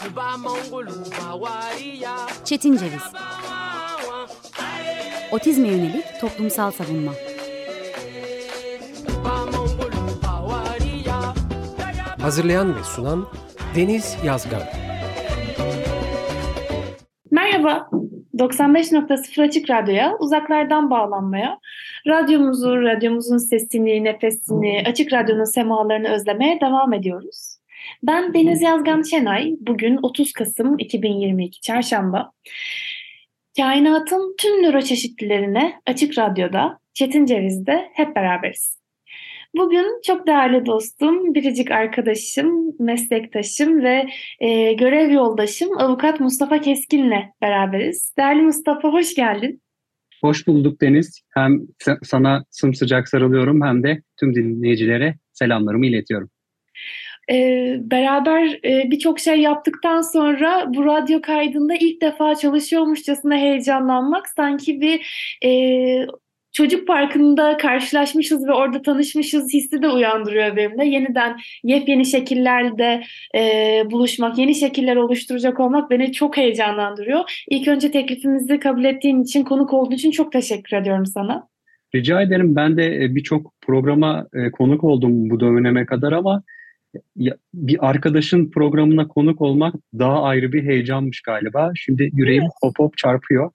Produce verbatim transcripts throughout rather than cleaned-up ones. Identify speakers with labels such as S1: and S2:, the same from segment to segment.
S1: Çetin Ceviz. Otizme yönelik toplumsal savunma.
S2: Hazırlayan ve sunan Deniz Yazgan.
S3: Merhaba, doksan beş nokta sıfır Açık Radyo'ya uzaklardan bağlanmaya, radyomuzu, radyomuzun sesini, nefesini, Açık Radyo'nun semalarını özlemeye devam ediyoruz. Ben Deniz Yazgan Şenay, bugün otuz Kasım iki bin yirmi iki Çarşamba. Kainatın tüm nöroçeşitlilerine Açık Radyo'da, Çetin Ceviz'de hep beraberiz. Bugün çok değerli dostum, biricik arkadaşım, meslektaşım ve e, görev yoldaşım Avukat Mustafa Keskin'le beraberiz. Değerli Mustafa, hoş geldin.
S4: Hoş bulduk Deniz. Hem sana sımsıcak sarılıyorum hem de tüm dinleyicilere selamlarımı iletiyorum.
S3: Ee, beraber e, birçok şey yaptıktan sonra bu radyo kaydında ilk defa çalışıyormuşçasına heyecanlanmak sanki bir e, çocuk parkında karşılaşmışız ve orada tanışmışız hissi de uyandırıyor benimle. Yeniden yepyeni şekillerde e, buluşmak, yeni şekiller oluşturacak olmak beni çok heyecanlandırıyor. İlk önce teklifimizi kabul ettiğin için, konuk olduğun için çok teşekkür ediyorum sana.
S4: Rica ederim. Ben de birçok programa konuk oldum bu döneme kadar ama bir arkadaşın programına konuk olmak daha ayrı bir heyecanmış galiba. Şimdi yüreğim evet. hop hop çarpıyor.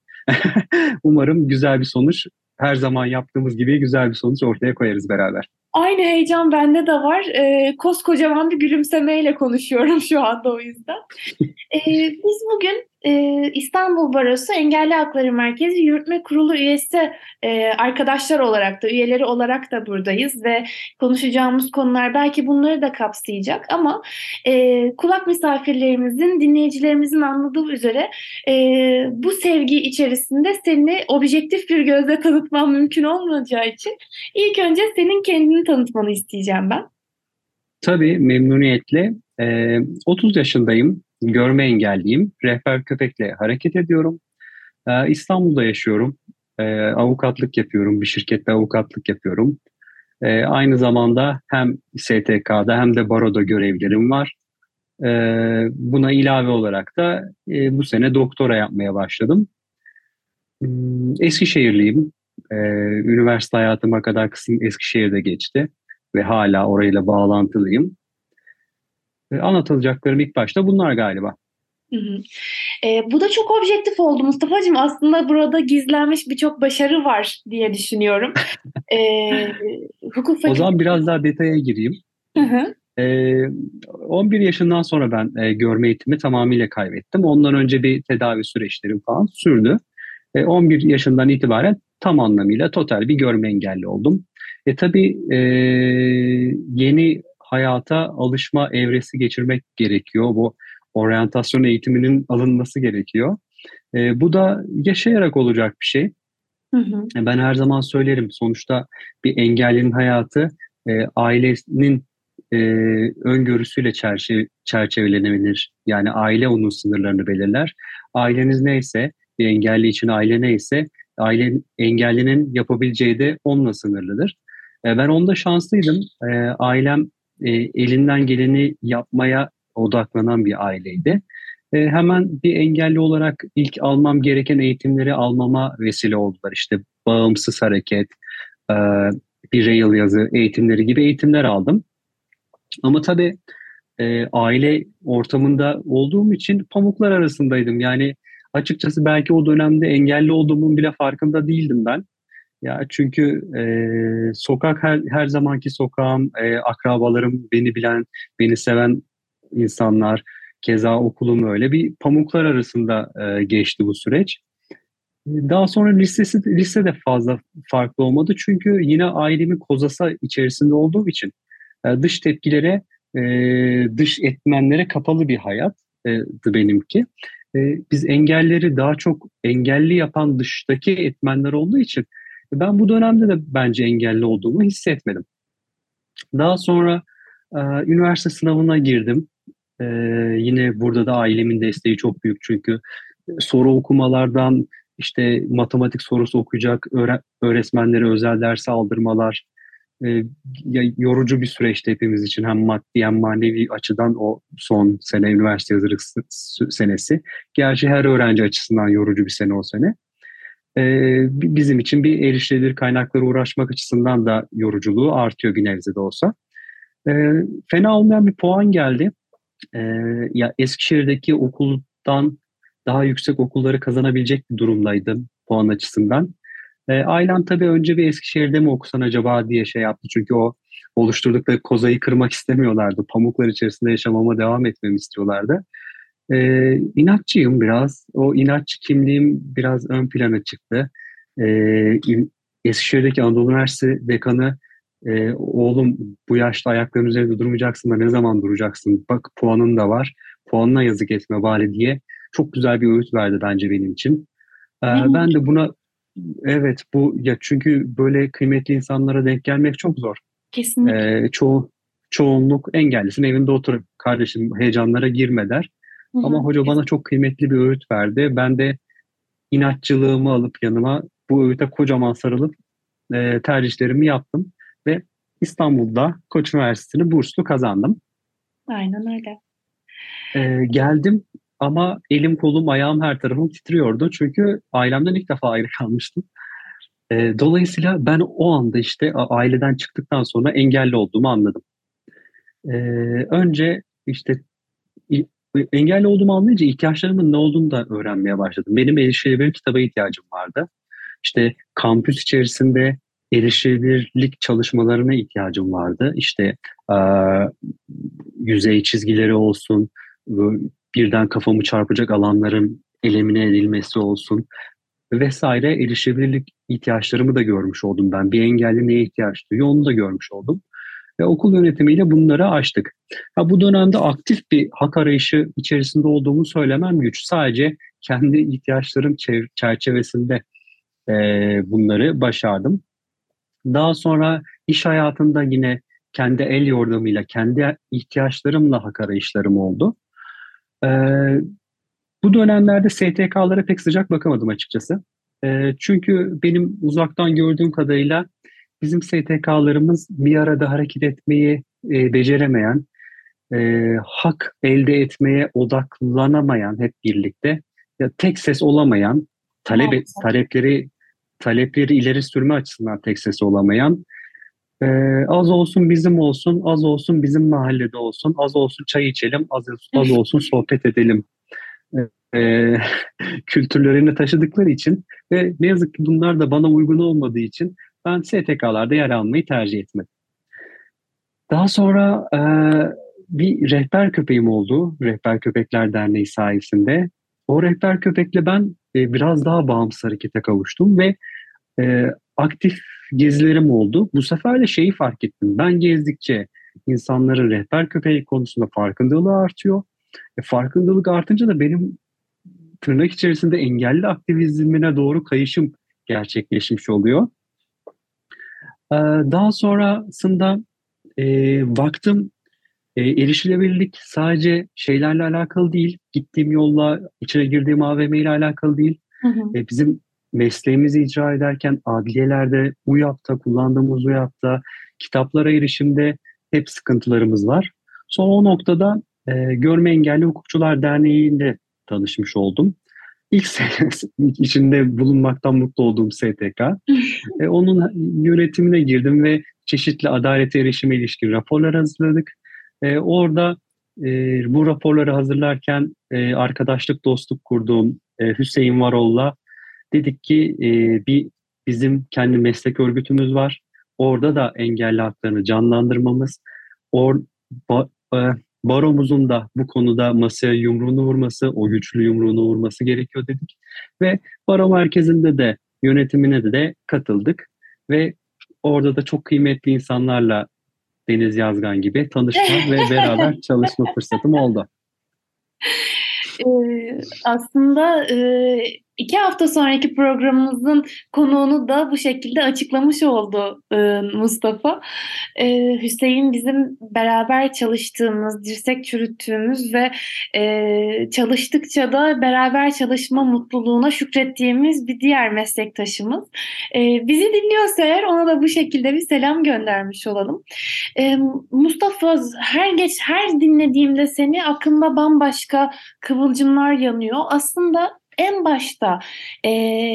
S4: Umarım güzel bir sonuç, her zaman yaptığımız gibi güzel bir sonuç ortaya koyarız beraber.
S3: Aynı heyecan bende de var. Ee, koskocaman bir gülümsemeyle konuşuyorum şu anda o yüzden. Ee, biz bugün e, İstanbul Barosu Engelli Hakları Merkezi Yürütme Kurulu üyesi e, arkadaşlar olarak da, üyeleri olarak da buradayız ve konuşacağımız konular belki bunları da kapsayacak ama e, kulak misafirlerimizin, dinleyicilerimizin anladığı üzere e, bu sevgi içerisinde seni objektif bir gözle tanıtmam mümkün olmayacağı için ilk önce senin kendini tanıtmanı isteyeceğim ben.
S4: Tabii, memnuniyetle. Ee, otuz yaşındayım, görme engelliyim, rehber köpekle hareket ediyorum. Ee, İstanbul'da yaşıyorum, ee, avukatlık yapıyorum, bir şirkette avukatlık yapıyorum. Ee, aynı zamanda hem S T K'da hem de baroda görevlerim var. Ee, buna ilave olarak da e, bu sene doktora yapmaya başladım. Hmm, Eskişehirliyim. Ee, üniversite hayatıma kadar kısım Eskişehir'de geçti ve hala orayla bağlantılıyım. Ee, anlatılacaklarım ilk başta bunlar galiba.
S3: Hı hı. E, bu da çok objektif oldu Mustafa'cığım. Aslında burada gizlenmiş birçok başarı var diye düşünüyorum. e, hukuk fakültesi...
S4: O zaman biraz daha detaya gireyim.
S3: Hı hı.
S4: Ee, on bir yaşından sonra ben e, görme eğitimi tamamıyla kaybettim. Ondan önce bir tedavi süreçlerim falan sürdü. E, on bir yaşından itibaren tam anlamıyla total bir görme engelli oldum. E tabii e, yeni hayata alışma evresi geçirmek gerekiyor. Bu oryantasyon eğitiminin alınması gerekiyor. E, bu da yaşayarak olacak bir şey.
S3: Hı hı.
S4: Ben her zaman söylerim, sonuçta bir engellinin hayatı e, ailenin e, öngörüsüyle çerçeve, çerçevelenebilir. Yani aile onun sınırlarını belirler. Aileniz neyse, bir engelli için aile neyse, aile engellinin yapabileceği de onunla sınırlıdır. E, ben onda şanslıydım. E, ailem e, elinden geleni yapmaya odaklanan bir aileydi. E, hemen bir engelli olarak ilk almam gereken eğitimleri almama vesile oldular. İşte bağımsız hareket, e, bir Braille yazı eğitimleri gibi eğitimler aldım. Ama tabii e, aile ortamında olduğum için pamuklar arasındaydım. Yani açıkçası belki o dönemde engelli olduğumun bile farkında değildim ben. Ya çünkü e, sokak her, her zamanki sokağım, e, akrabalarım, beni bilen, beni seven insanlar, keza okulum öyle bir pamuklar arasında e, geçti bu süreç. Daha sonra lisesi, lise de fazla farklı olmadı çünkü yine ailemin kozası içerisinde olduğum için e, dış tepkilere, e, dış etmenlere kapalı bir hayattı benimki. E, biz engelleri daha çok engelli yapan dıştaki etmenler olduğu için ben bu dönemde de bence engelli olduğumu hissetmedim. Daha sonra e, üniversite sınavına girdim. E, yine burada da ailemin desteği çok büyük çünkü soru okumalardan işte matematik sorusu okuyacak öğre- öğretmenlere özel ders aldırmalar, e, yorucu bir süreçti hepimiz için. Hem maddi hem manevi açıdan o son sene üniversite hazırlık senesi. Gerçi her öğrenci açısından yorucu bir sene o sene. E, bizim için bir erişilebilir kaynaklara uğraşmak açısından da yoruculuğu artıyor bir nebze de olsa. E, fena olmayan bir puan geldi. E, ya Eskişehir'deki okuldan daha yüksek okulları kazanabilecek bir durumdaydım puan açısından. E, ailem tabii önce bir Eskişehir'de mi okusan acaba diye şey yaptı. Çünkü o oluşturdukları kozayı kırmak istemiyorlardı. Pamuklar içerisinde yaşamama devam etmemi istiyorlardı. E, inatçıyım biraz. O inatçı kimliğim biraz ön plana çıktı. E, Eskişehir'deki Anadolu Üniversitesi dekanı e, oğlum bu yaşta ayaklarının üzerinde durmayacaksın da ne zaman duracaksın? Bak puanın da var. Puanına yazık etme bari diye çok güzel bir öğüt verdi bence benim için. E,
S3: Ne
S4: ben
S3: mutlu.
S4: de buna evet bu ya çünkü böyle kıymetli insanlara denk gelmek çok zor.
S3: Kesinlikle.
S4: E, çoğu çoğunluk engellisin evinde otur kardeşim heyecanlara girme der.
S3: Hı
S4: Ama
S3: hı.
S4: hoca bana çok kıymetli bir öğüt verdi. Ben de inatçılığımı alıp yanıma bu öğüte kocaman sarılıp e, tercihlerimi yaptım ve İstanbul'da Koç Üniversitesi'ni burslu kazandım.
S3: Aynen öyle.
S4: E, geldim ama elim kolum ayağım her tarafım titriyordu. Çünkü ailemden ilk defa ayrı kalmıştım. E, dolayısıyla ben o anda işte a- aileden çıktıktan sonra engelli olduğumu anladım. E, önce işte i- engelli olduğumu anlayınca ihtiyaçlarımın ne olduğunu da öğrenmeye başladım. Benim erişilebilir kitaba ihtiyacım vardı. İşte kampüs içerisinde erişilebilirlik çalışmalarına ihtiyacım vardı. İşte eee, yüzey çizgileri olsun, birden kafamı çarpacak alanların elemine edilmesi olsun vesaire erişilebilirlik ihtiyaçlarımı da görmüş oldum ben. Bir engelli neye ihtiyaç duyuyor onu da görmüş oldum. Ve okul yönetimiyle bunları aştık. Ha, bu dönemde aktif bir hak arayışı içerisinde olduğumu söylemem güç. Sadece kendi ihtiyaçlarım çev- çerçevesinde e, bunları başardım. Daha sonra iş hayatında yine kendi el yordamıyla, kendi ihtiyaçlarımla hak arayışlarım oldu. E, bu dönemlerde S T K'lara pek sıcak bakamadım açıkçası. E, çünkü benim uzaktan gördüğüm kadarıyla bizim S T K'larımız bir arada hareket etmeyi e, beceremeyen, e, hak elde etmeye odaklanamayan hep birlikte, ya tek ses olamayan, talep
S3: Maalesef.
S4: talepleri talepleri ileri sürme açısından tek ses olamayan, e, az olsun bizim olsun, az olsun bizim mahallede olsun, az olsun çay içelim, az, az olsun sohbet edelim e, kültürlerini taşıdıkları için ve ne yazık ki bunlar da bana uygun olmadığı için ben S T K'larda yer almayı tercih etmedim. Daha sonra e, bir rehber köpeğim oldu. Rehber Köpekler Derneği sayesinde. O rehber köpekle ben e, biraz daha bağımsız harekete kavuştum ve e, aktif gezilerim oldu. Bu sefer de şeyi fark ettim. Ben gezdikçe insanların rehber köpeği konusunda farkındalığı artıyor. E, farkındalık artınca da benim tırnak içerisinde engelli aktivizmine doğru kayışım gerçekleşmiş oluyor. E, daha sonrasında e, baktım e, erişilebilirlik sadece şeylerle alakalı değil, gittiğim yolla, içine girdiğim A V M ile alakalı değil.
S3: Hı hı.
S4: E, bizim mesleğimizi icra ederken adliyelerde, UYAP'ta, kullandığımız UYAP'ta, kitaplara erişimde hep sıkıntılarımız var. Son o noktada e, Görme Engelli Hukukçular Derneği ile tanışmış oldum. İlk senesi içinde bulunmaktan mutlu olduğum S T K. E, onun yönetimine girdim ve çeşitli adalete erişime ilişkin raporlar hazırladık. E, orada e, bu raporları hazırlarken e, arkadaşlık, dostluk kurduğum e, Hüseyin Varol'la dedik ki e, bir bizim kendi meslek örgütümüz var. Orada da engelli haklarını canlandırmamız, or, ba, e, baromuzun da bu konuda masaya yumruğunu vurması, o güçlü yumruğunu vurması gerekiyor dedik. Ve baro merkezinde de yönetimine de, de katıldık. Ve orada da çok kıymetli insanlarla Deniz Yazgan gibi tanışma ve beraber çalışma fırsatım oldu.
S3: Ee, aslında e, İki hafta sonraki programımızın konuğunu da bu şekilde açıklamış oldu e, Mustafa. E, Hüseyin bizim beraber çalıştığımız, dirsek çürüttüğümüz ve e, çalıştıkça da beraber çalışma mutluluğuna şükrettiğimiz bir diğer meslektaşımız. E, bizi dinliyorsa eğer ona da bu şekilde bir selam göndermiş olalım. E, Mustafa, her geç her dinlediğimde seni aklımda bambaşka kıvılcımlar yanıyor. Aslında en başta e,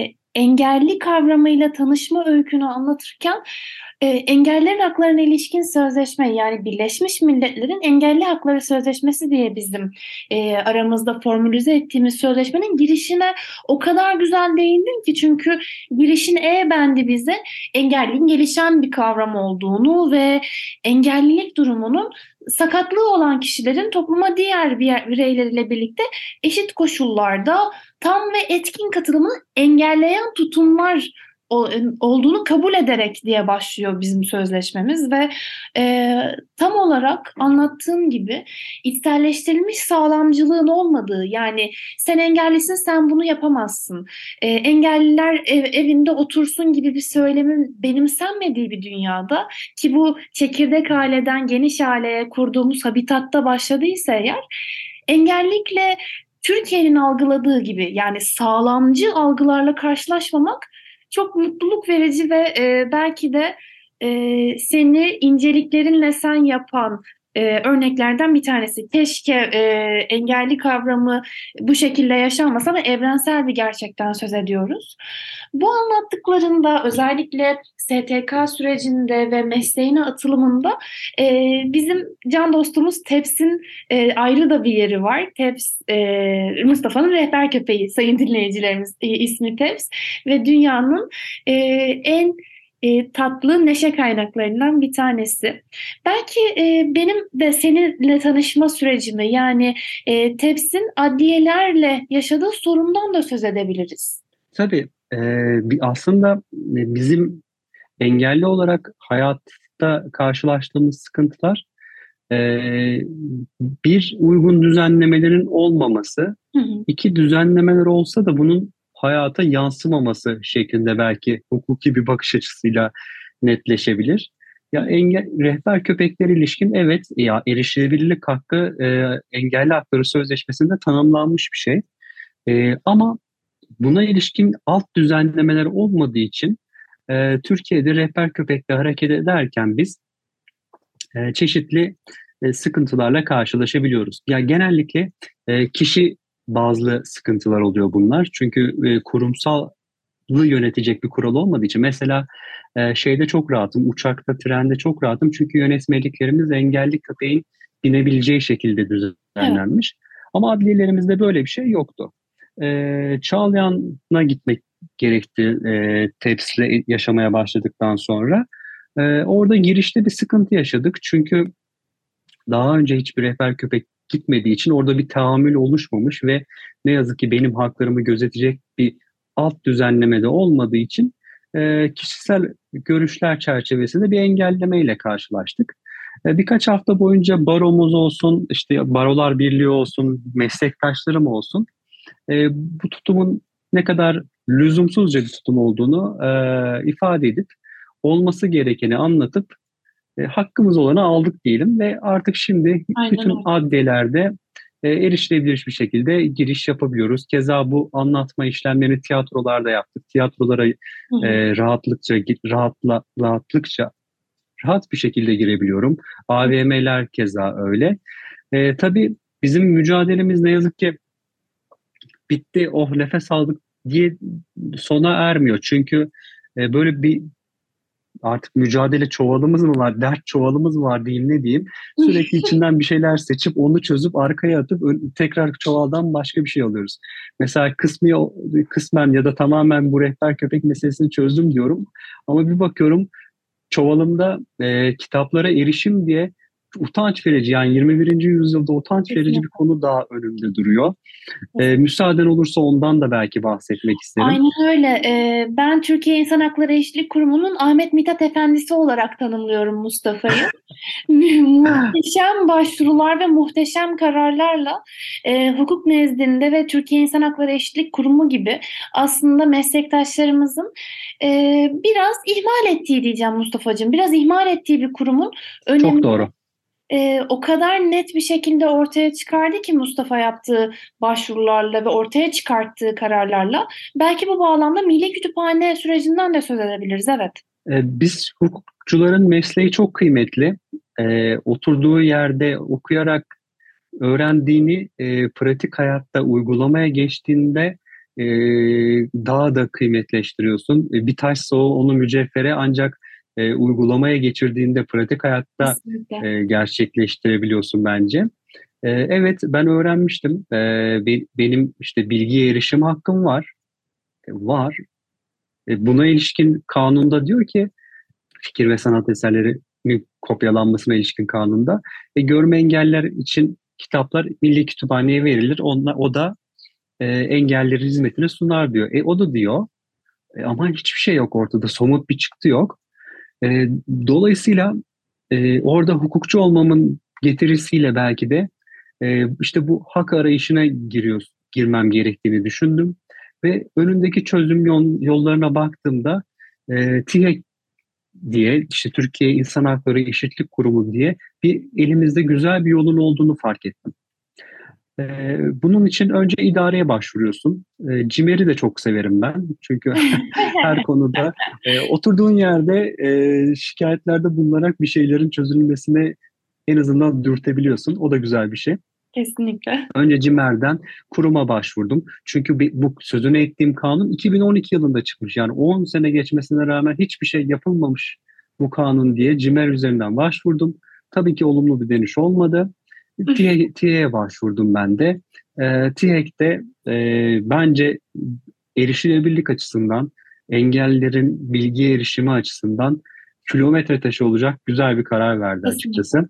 S3: engelli kavramıyla tanışma öykünü anlatırken e, engellilerin haklarına ilişkin sözleşme, yani Birleşmiş Milletler'in Engelli Hakları Sözleşmesi diye bizim e, aramızda formülize ettiğimiz sözleşmenin girişine o kadar güzel değindin ki, çünkü girişin E bendi bize engelliğin gelişen bir kavram olduğunu ve engellilik durumunun sakatlığı olan kişilerin topluma diğer bireyleriyle birlikte eşit koşullarda tam ve etkin katılımını engelleyen tutumlar olduğunu kabul ederek diye başlıyor bizim sözleşmemiz ve e, tam olarak anlattığım gibi içselleştirilmiş sağlamcılığın olmadığı, yani sen engellisin sen bunu yapamazsın, e, engelliler ev, evinde otursun gibi bir söylemin benimsenmediği bir dünyada, ki bu çekirdek aileden geniş aileye kurduğumuz habitatta başladıysa eğer, engellilikle Türkiye'nin algıladığı gibi, yani sağlamcı algılarla karşılaşmamak çok mutluluk verici ve e, belki de e, seni inceliklerinle sen yapan e, örneklerden bir tanesi. Keşke e, engelli kavramı bu şekilde yaşanmasa ve evrensel bir gerçekten söz ediyoruz. Bu anlattıklarında özellikle S T K sürecinde ve mesleğine atılımında e, bizim can dostumuz Teps'in e, ayrı da bir yeri var. Teps, e, Mustafa'nın rehber köpeği sayın dinleyicilerimiz, e, ismi Teps ve dünyanın e, en e, tatlı neşe kaynaklarından bir tanesi. Belki e, benim de seninle tanışma sürecimi, yani e, Teps'in adliyelerle yaşadığı sorundan da söz edebiliriz.
S4: Tabii e, aslında bizim engelli olarak hayatta karşılaştığımız sıkıntılar, e, bir uygun düzenlemelerin olmaması,
S3: hı hı.
S4: iki düzenlemeler olsa da bunun hayata yansımaması şeklinde belki hukuki bir bakış açısıyla netleşebilir. Ya engel, rehber köpeklere ilişkin evet, ya erişilebilirlik hakkı e, engelli hakları sözleşmesinde tanımlanmış bir şey. E, ama buna ilişkin alt düzenlemeler olmadığı için e, Türkiye'de rehber köpekle hareket ederken biz e, çeşitli e, sıkıntılarla karşılaşabiliyoruz. Ya genellikle e, kişi bazlı sıkıntılar oluyor bunlar. Çünkü e, kurumsallığı yönetecek bir kural olmadığı için, mesela e, şeyde çok rahatım, uçakta, trende çok rahatım. Çünkü yönetmeliklerimiz engelli köpeğin binebileceği şekilde düzenlenmiş. Evet. Ama adliyelerimizde böyle bir şey yoktu. E, Çağlayan'a gitmek gerekti e, Teps'le yaşamaya başladıktan sonra. E, orada girişte bir sıkıntı yaşadık. Çünkü daha önce hiçbir rehber köpek gitmediği için orada bir tahammül oluşmamış ve ne yazık ki benim haklarımı gözetecek bir alt düzenlemede olmadığı için e, kişisel görüşler çerçevesinde bir engellemeyle karşılaştık. E, birkaç hafta boyunca baromuz olsun, işte Barolar Birliği olsun, meslektaşlarım olsun, e, bu tutumun ne kadar lüzumsuzca bir tutum olduğunu e, ifade edip olması gerekeni anlatıp e, hakkımız olanı aldık diyelim ve artık şimdi
S3: Aynen
S4: bütün
S3: öyle.
S4: adliyelerde e, erişilebilir bir şekilde giriş yapabiliyoruz. Keza bu anlatma işlemlerini tiyatrolarda yaptık. Tiyatrolara e, rahatlıkça rahatla, rahatlıkça rahat bir şekilde girebiliyorum. A V M'ler keza öyle. E, tabii bizim mücadelemiz ne yazık ki bitti, oh nefes aldık diye sona ermiyor. Çünkü e, böyle bir artık mücadele çuvalımız mı var, dert çuvalımız mı var diyeyim ne diyeyim. Sürekli içinden bir şeyler seçip onu çözüp arkaya atıp tekrar çuvaldan başka bir şey alıyoruz. Mesela kısmi, kısmen ya da tamamen bu rehber köpek meselesini çözdüm diyorum. Ama bir bakıyorum çuvalımda e, kitaplara erişim diye utanç verici, yani yirmi birinci yüzyılda utanç verici
S3: Kesinlikle.
S4: bir konu daha önümde duruyor. Ee, müsaaden olursa ondan da belki bahsetmek isterim.
S3: Aynen öyle. Ee, ben Türkiye İnsan Hakları Eşitlik Kurumu'nun Ahmet Mithat Efendisi olarak tanımlıyorum Mustafa'yı. Muhteşem başvurular ve muhteşem kararlarla e, hukuk nezdinde ve Türkiye İnsan Hakları Eşitlik Kurumu gibi aslında meslektaşlarımızın e, biraz ihmal ettiği diyeceğim Mustafa'cığım. Biraz ihmal ettiği bir kurumun
S4: Çok
S3: önemini
S4: doğru.
S3: e, o kadar net bir şekilde ortaya çıkardı ki Mustafa yaptığı başvurularla ve ortaya çıkarttığı kararlarla. Belki bu bağlamda Milli Kütüphane sürecinden de söz edebiliriz, evet.
S4: Ee, biz hukukçuların mesleği çok kıymetli. Ee, oturduğu yerde okuyarak öğrendiğini e, pratik hayatta uygulamaya geçtiğinde e, daha da kıymetleştiriyorsun. E, bir taşsa o onu mücevhere, ancak e, uygulamaya geçirdiğinde pratik hayatta
S3: Kesinlikle.
S4: e, gerçekleştirebiliyorsun bence. E, evet, ben öğrenmiştim. E, be- benim işte bilgiye erişim hakkım var. E, var. E, buna ilişkin kanunda diyor ki, fikir ve sanat eserlerinin kopyalanmasına ilişkin kanunda, e, görme engelliler için kitaplar Milli Kütüphane'ye verilir. Onlar, o da e, engellilerin hizmetine sunar diyor. E, o da diyor. E, ama hiçbir şey yok ortada. Somut bir çıktı yok. E, dolayısıyla e, orada hukukçu olmamın getirisiyle belki de e, işte bu hak arayışına giriyor, girmem gerektiğini düşündüm. Ve önündeki çözüm yol, yollarına baktığımda e, TİHEK diye, işte Türkiye İnsan Hakları Eşitlik Kurumu diye bir elimizde güzel bir yolun olduğunu fark ettim. Ee, bunun için önce idareye başvuruyorsun. Ee, CİMER'i de çok severim ben. Çünkü her konuda e, oturduğun yerde e, şikayetlerde bulunarak bir şeylerin çözülmesine en azından dürtebiliyorsun. O da güzel bir şey.
S3: Kesinlikle.
S4: Önce CİMER'den kuruma başvurdum. Çünkü bu sözünü ettiğim kanun iki bin on iki yılında çıkmış. Yani on sene geçmesine rağmen hiçbir şey yapılmamış bu kanun diye CİMER üzerinden başvurdum. Tabii ki olumlu bir dönüş olmadı. TİHEK'e başvurdum ben de. E, TİHEK'te e, bence erişilebilirlik açısından, engellilerin bilgiye erişimi açısından kilometre taşı olacak güzel bir karar verdi açıkçası.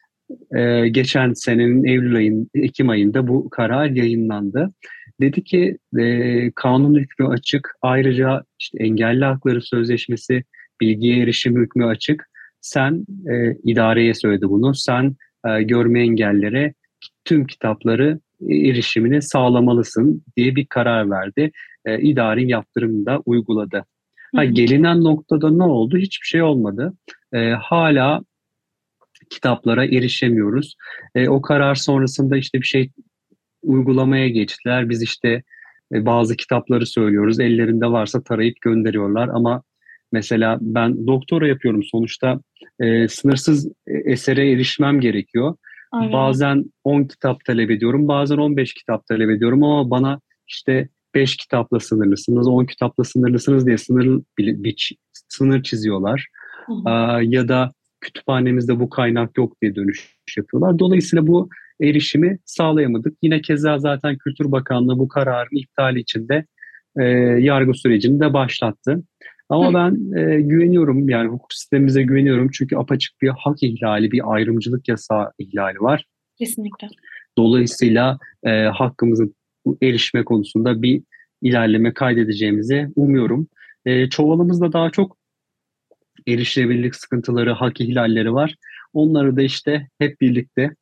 S4: Ee, geçen senenin Eylül ayın, Ekim ayında bu karar yayınlandı. Dedi ki e, kanun hükmü açık. Ayrıca işte engelli hakları sözleşmesi, bilgiye erişim hükmü açık. Sen e, idareye söyledi bunu. Sen e, görme engellilere tüm kitapları e, erişimini sağlamalısın diye bir karar verdi. E, idari yaptırımı da uyguladı. Ha, gelinen noktada ne oldu? Hiçbir şey olmadı. E, hala kitaplara erişemiyoruz. E, o karar sonrasında işte bir şey uygulamaya geçtiler. Biz işte e, bazı kitapları söylüyoruz. Ellerinde varsa tarayıp gönderiyorlar. Ama mesela ben doktora yapıyorum. Sonuçta e, sınırsız e, esere erişmem gerekiyor.
S3: Aynen.
S4: Bazen on kitap talep ediyorum. Bazen on beş kitap talep ediyorum. Ama bana işte beş kitapla sınırlısınız, on kitapla sınırlısınız diye sınır, bir, bir, sınır çiziyorlar.
S3: Hı hı.
S4: Aa, ya da kütüphanemizde bu kaynak yok diye dönüş yapıyorlar. Dolayısıyla bu erişimi sağlayamadık. Yine keza zaten Kültür Bakanlığı bu kararın iptali için de e, yargı sürecini de başlattı. Ama ben e, güveniyorum, yani hukuk sistemimize güveniyorum. Çünkü apaçık bir hak ihlali, bir ayrımcılık yasağı ihlali var.
S3: Kesinlikle.
S4: Dolayısıyla e, hakkımızın erişme konusunda bir ilerleme kaydedeceğimizi umuyorum. E, çuvalımızda daha çok erişilebilirlik sıkıntıları, hak ihlalleri var. Onları da işte hep birlikte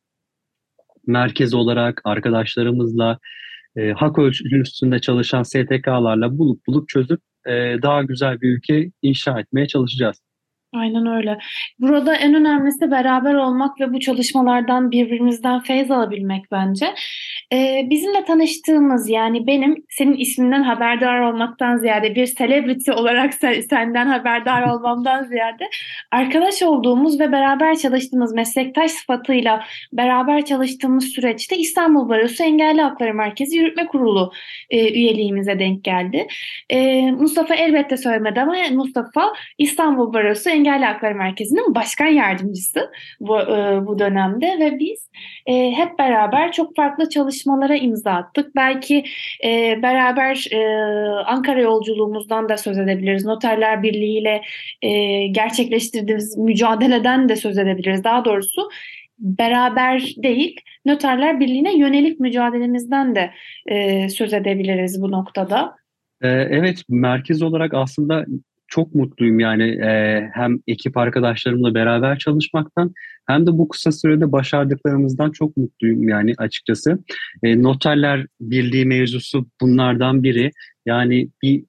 S4: merkez olarak arkadaşlarımızla, e, hak ölçüsünde çalışan S T K'larla bulup bulup çözüp e, daha güzel bir ülke inşa etmeye çalışacağız.
S3: Aynen öyle. Burada en önemlisi beraber olmak ve bu çalışmalardan birbirimizden feyz alabilmek bence. Ee, bizimle tanıştığımız, yani benim senin isminden haberdar olmaktan ziyade bir celebrity olarak sen, senden haberdar olmamdan ziyade arkadaş olduğumuz ve beraber çalıştığımız, meslektaş sıfatıyla beraber çalıştığımız süreçte İstanbul Barosu Engelli Hakları Merkezi Yürütme Kurulu e, üyeliğimize denk geldi. E, Mustafa elbette söylemedi ama Mustafa İstanbul Barosu Engelli Hakları Merkezi'nin başkan yardımcısı bu, e, bu dönemde ve biz e, hep beraber çok farklı çalışmalara imza attık. Belki e, beraber e, Ankara yolculuğumuzdan da söz edebiliriz. Noterler Birliği ile e, gerçekleştirdiğimiz mücadeleden de söz edebiliriz. Daha doğrusu beraber değil, Noterler Birliği'ne yönelik mücadelemizden de e, söz edebiliriz bu noktada.
S4: Ee, evet, merkez olarak aslında çok mutluyum yani e, hem ekip arkadaşlarımla beraber çalışmaktan hem de bu kısa sürede başardıklarımızdan çok mutluyum yani açıkçası. E, Noterler Birliği mevzusu bunlardan biri. Yani bir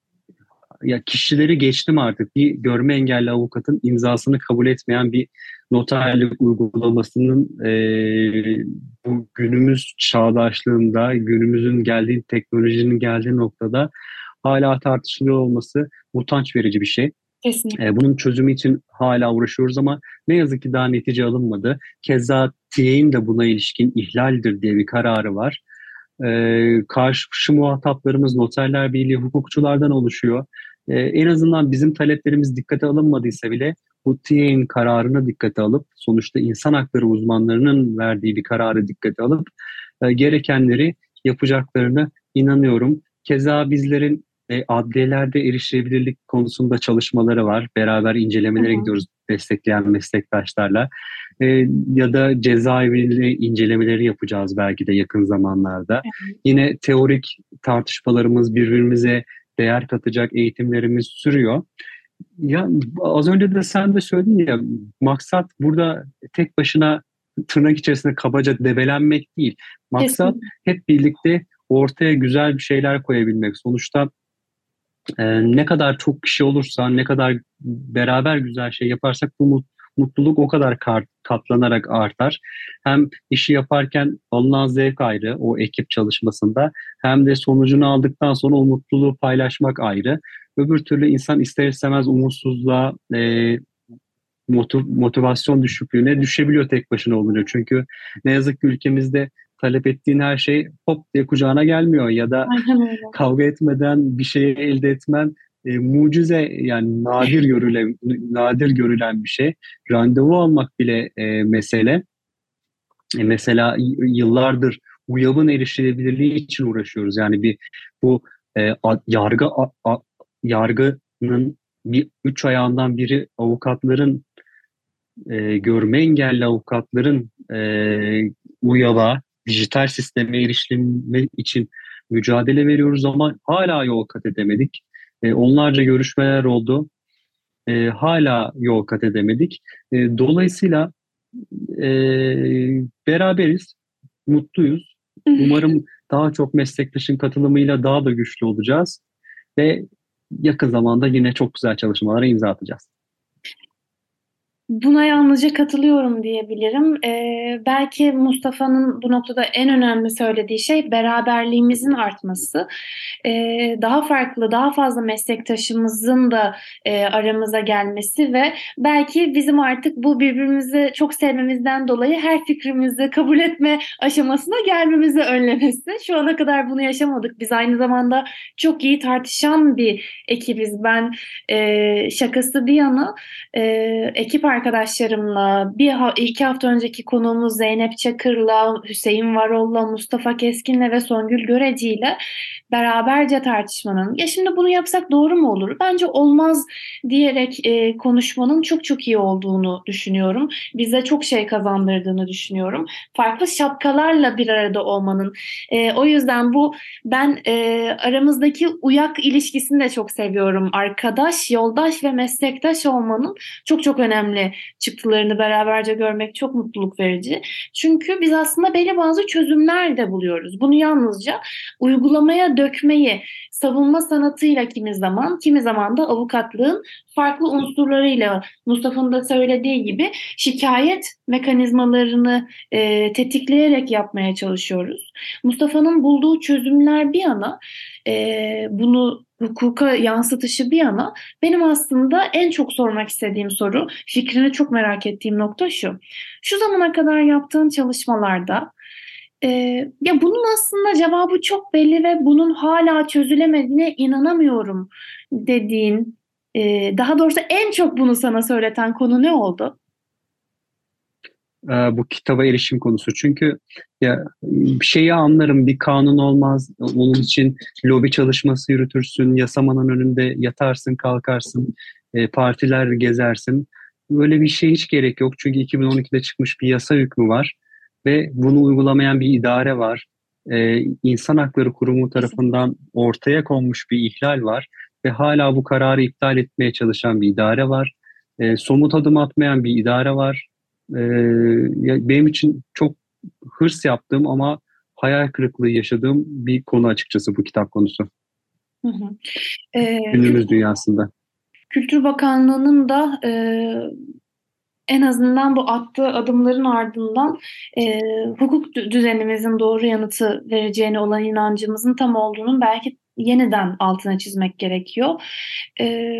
S4: ya kişileri geçtim artık bir görme engelli avukatın imzasını kabul etmeyen bir noterlik uygulamasının e, bu günümüz çağdaşlığında, günümüzün geldiği teknolojinin geldiği noktada hala tartışılıyor olması utanç verici bir şey.
S3: Kesinlikle.
S4: E, bunun çözümü için hala uğraşıyoruz ama ne yazık ki daha netice alınmadı. Keza T A Y'nin de buna ilişkin ihlaldir diye bir kararı var. E, karşı muhataplarımız Noterler Birliği hukukçulardan oluşuyor. E, en azından bizim taleplerimiz dikkate alınmadıysa bile bu T A Y'nin kararını dikkate alıp sonuçta insan hakları uzmanlarının verdiği bir kararı dikkate alıp e, gerekenleri yapacaklarına inanıyorum. Keza bizlerin e, adliyelerde erişilebilirlik konusunda çalışmaları var. Beraber incelemelere
S3: Hı hı.
S4: gidiyoruz destekleyen meslektaşlarla. E, ya da cezaevi incelemeleri yapacağız belki de yakın zamanlarda.
S3: Evet.
S4: Yine teorik tartışmalarımız, birbirimize değer katacak eğitimlerimiz sürüyor. Ya az önce de sen de söyledin ya, maksat burada tek başına tırnak içerisinde kabaca debelenmek değil. Maksat
S3: Kesinlikle.
S4: hep birlikte ortaya güzel bir şeyler koyabilmek. Sonuçta e, ne kadar çok kişi olursa, ne kadar beraber güzel şey yaparsak bu mut- mutluluk o kadar kar- katlanarak artar. Hem işi yaparken alınan zevk ayrı o ekip çalışmasında hem de sonucunu aldıktan sonra o mutluluğu paylaşmak ayrı. Öbür türlü insan ister istemez umutsuzluğa, e, motiv- motivasyon düşüklüğüne düşebiliyor tek başına olunca. Çünkü ne yazık ki ülkemizde talep ettiğin her şey hop diye kucağına gelmiyor ya da
S3: Aynen öyle.
S4: kavga etmeden bir şeyi elde etmen e, mucize yani nadir görülen nadir görülen bir şey. Randevu almak bile e, mesele. E, mesela y- yıllardır UYAV'ın erişilebilirliği için uğraşıyoruz. Yani bir bu e, a- yargı a- a- yargının bir üç ayağından biri avukatların e, görme engelli avukatların e, UYAV'a dijital sisteme erişimi için mücadele veriyoruz ama hala yol kat edemedik. E, onlarca görüşmeler oldu. E, hala yol kat edemedik. E, dolayısıyla e, beraberiz, mutluyuz. Umarım daha çok meslektaşın katılımıyla daha da güçlü olacağız ve yakın zamanda yine çok güzel çalışmalara imza atacağız.
S3: Buna yalnızca katılıyorum diyebilirim. Ee, belki Mustafa'nın bu noktada en önemli söylediği şey beraberliğimizin artması. Ee, daha farklı, daha fazla meslektaşımızın da e, aramıza gelmesi ve belki bizim artık bu birbirimizi çok sevmemizden dolayı her fikrimizi kabul etme aşamasına gelmemizi önlemesi. Şu ana kadar bunu yaşamadık. Biz aynı zamanda çok iyi tartışan bir ekibiz. Ben e, şakası bir yana e, ekip arkadaşlarımla bir ha- iki hafta önceki konuğumuz Zeynep Çakır'la, Hüseyin Varol'la, Mustafa Keskin'le ve Songül Göreci'yle beraberce tartışmanın ya şimdi bunu yapsak doğru mu olur? Bence olmaz diyerek e, konuşmanın çok çok iyi olduğunu düşünüyorum. Bize çok şey kazandırdığını düşünüyorum. Farklı şapkalarla bir arada olmanın. E, o yüzden bu ben e, aramızdaki uyak ilişkisini de çok seviyorum. Arkadaş, yoldaş ve meslektaş olmanın çok çok önemli çıktılarını beraberce görmek çok mutluluk verici. Çünkü biz aslında belli bazı çözümler de buluyoruz. Bunu yalnızca uygulamaya dökmeyi savunma sanatıyla kimi zaman, kimi zaman da avukatlığın farklı unsurlarıyla Mustafa'nın da söylediği gibi şikayet mekanizmalarını e, tetikleyerek yapmaya çalışıyoruz. Mustafa'nın bulduğu çözümler bir yana, e, bunu hukuka yansıtışı bir yana, benim aslında en çok sormak istediğim soru, fikrini çok merak ettiğim nokta şu. Şu zamana kadar yaptığın çalışmalarda e, ya bunun aslında cevabı çok belli ve bunun hala çözülemediğine inanamıyorum dediğin, e, daha doğrusu en çok bunu sana söyleten konu ne oldu?
S4: e, bu kitaba erişim konusu. Çünkü ya bir şeyi anlarım, bir kanun olmaz. Onun için lobi çalışması yürütürsün, yasamanın önünde yatarsın, kalkarsın, e, partiler gezersin. böyle bir şey hiç gerek yok. Çünkü iki bin on ikide çıkmış bir yasa hükmü var ve bunu uygulamayan bir idare var. Ee, İnsan Hakları Kurumu tarafından ortaya konmuş bir ihlal var ve hala bu kararı iptal etmeye çalışan bir idare var. Ee, somut adım atmayan bir idare var. Ee, ya benim için çok hırs yaptığım ama hayal kırıklığı yaşadığım bir konu açıkçası bu kitap konusu.
S3: Hı hı. Ee,
S4: Günümüz dünyasında.
S3: Kültür Bakanlığı'nın da e, en azından bu attığı adımların ardından e, hukuk düzenimizin doğru yanıtı vereceğine olan inancımızın tam olduğunun belki yeniden altına çizmek gerekiyor. E,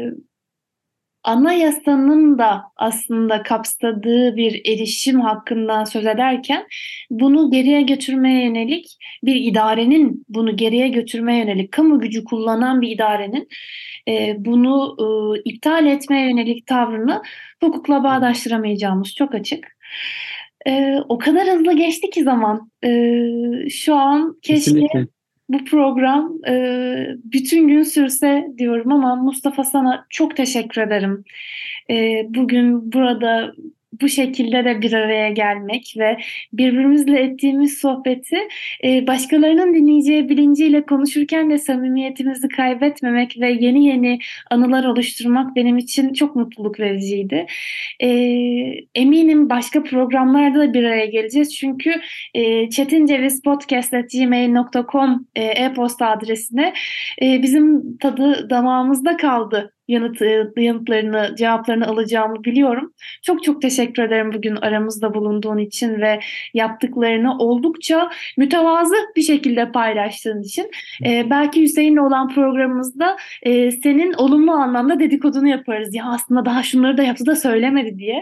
S3: Anayasanın da aslında kapsadığı bir erişim hakkından söz ederken bunu geriye götürmeye yönelik bir idarenin, bunu geriye götürmeye yönelik kamu gücü kullanan bir idarenin e, bunu e, iptal etmeye yönelik tavrını hukukla bağdaştıramayacağımız çok açık. E, o kadar hızlı geçti ki zaman. E, şu an keşke
S4: Kesinlikle.
S3: bu program e, bütün gün sürse diyorum ama Mustafa, sana çok teşekkür ederim. E, bugün burada bu şekilde de bir araya gelmek ve birbirimizle ettiğimiz sohbeti e, başkalarının dinleyeceği bilinciyle konuşurken de samimiyetimizi kaybetmemek ve yeni yeni anılar oluşturmak benim için çok mutluluk vericiydi. E, eminim başka programlarda da bir araya geleceğiz çünkü e, çetincevizpodcast at gmail nokta com e, e-posta adresine e, bizim tadı damağımızda kaldı. Yanıt, yanıtlarını, cevaplarını alacağımı biliyorum. Çok çok teşekkür ederim bugün aramızda bulunduğun için ve yaptıklarını oldukça mütevazı bir şekilde paylaştığın için. Ee, belki Hüseyin'le olan programımızda e, senin olumlu anlamda dedikodunu yaparız. Ya aslında daha şunları da yaptı da söylemedi diye.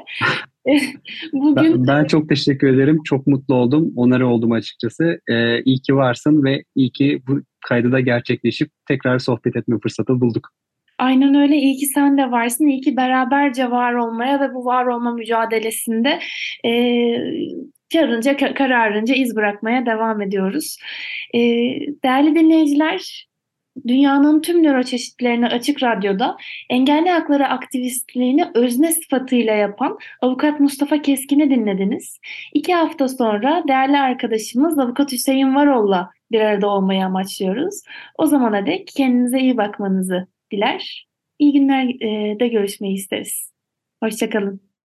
S3: Bugün
S4: Ben, ben çok teşekkür ederim. Çok mutlu oldum. Onarı oldum açıkçası. Ee, iyi ki varsın ve iyi ki bu kaydı da gerçekleşip tekrar sohbet etme fırsatı bulduk.
S3: aynen öyle. İyi ki sen de varsın. İyi ki beraberce var olmaya ve bu var olma mücadelesinde e, kararınca, kararınca iz bırakmaya devam ediyoruz. E, değerli dinleyiciler, dünyanın tüm nöroçeşitlerine Açık Radyo'da engelli hakları aktivistliğini özne sıfatıyla yapan Avukat Mustafa Keskin'i dinlediniz. İki hafta sonra değerli arkadaşımız Avukat Hüseyin Varol'la bir arada olmayı amaçlıyoruz. O zamana dek kendinize iyi bakmanızı diler. İyi günlerde görüşmeyi isteriz. Hoşça kalın.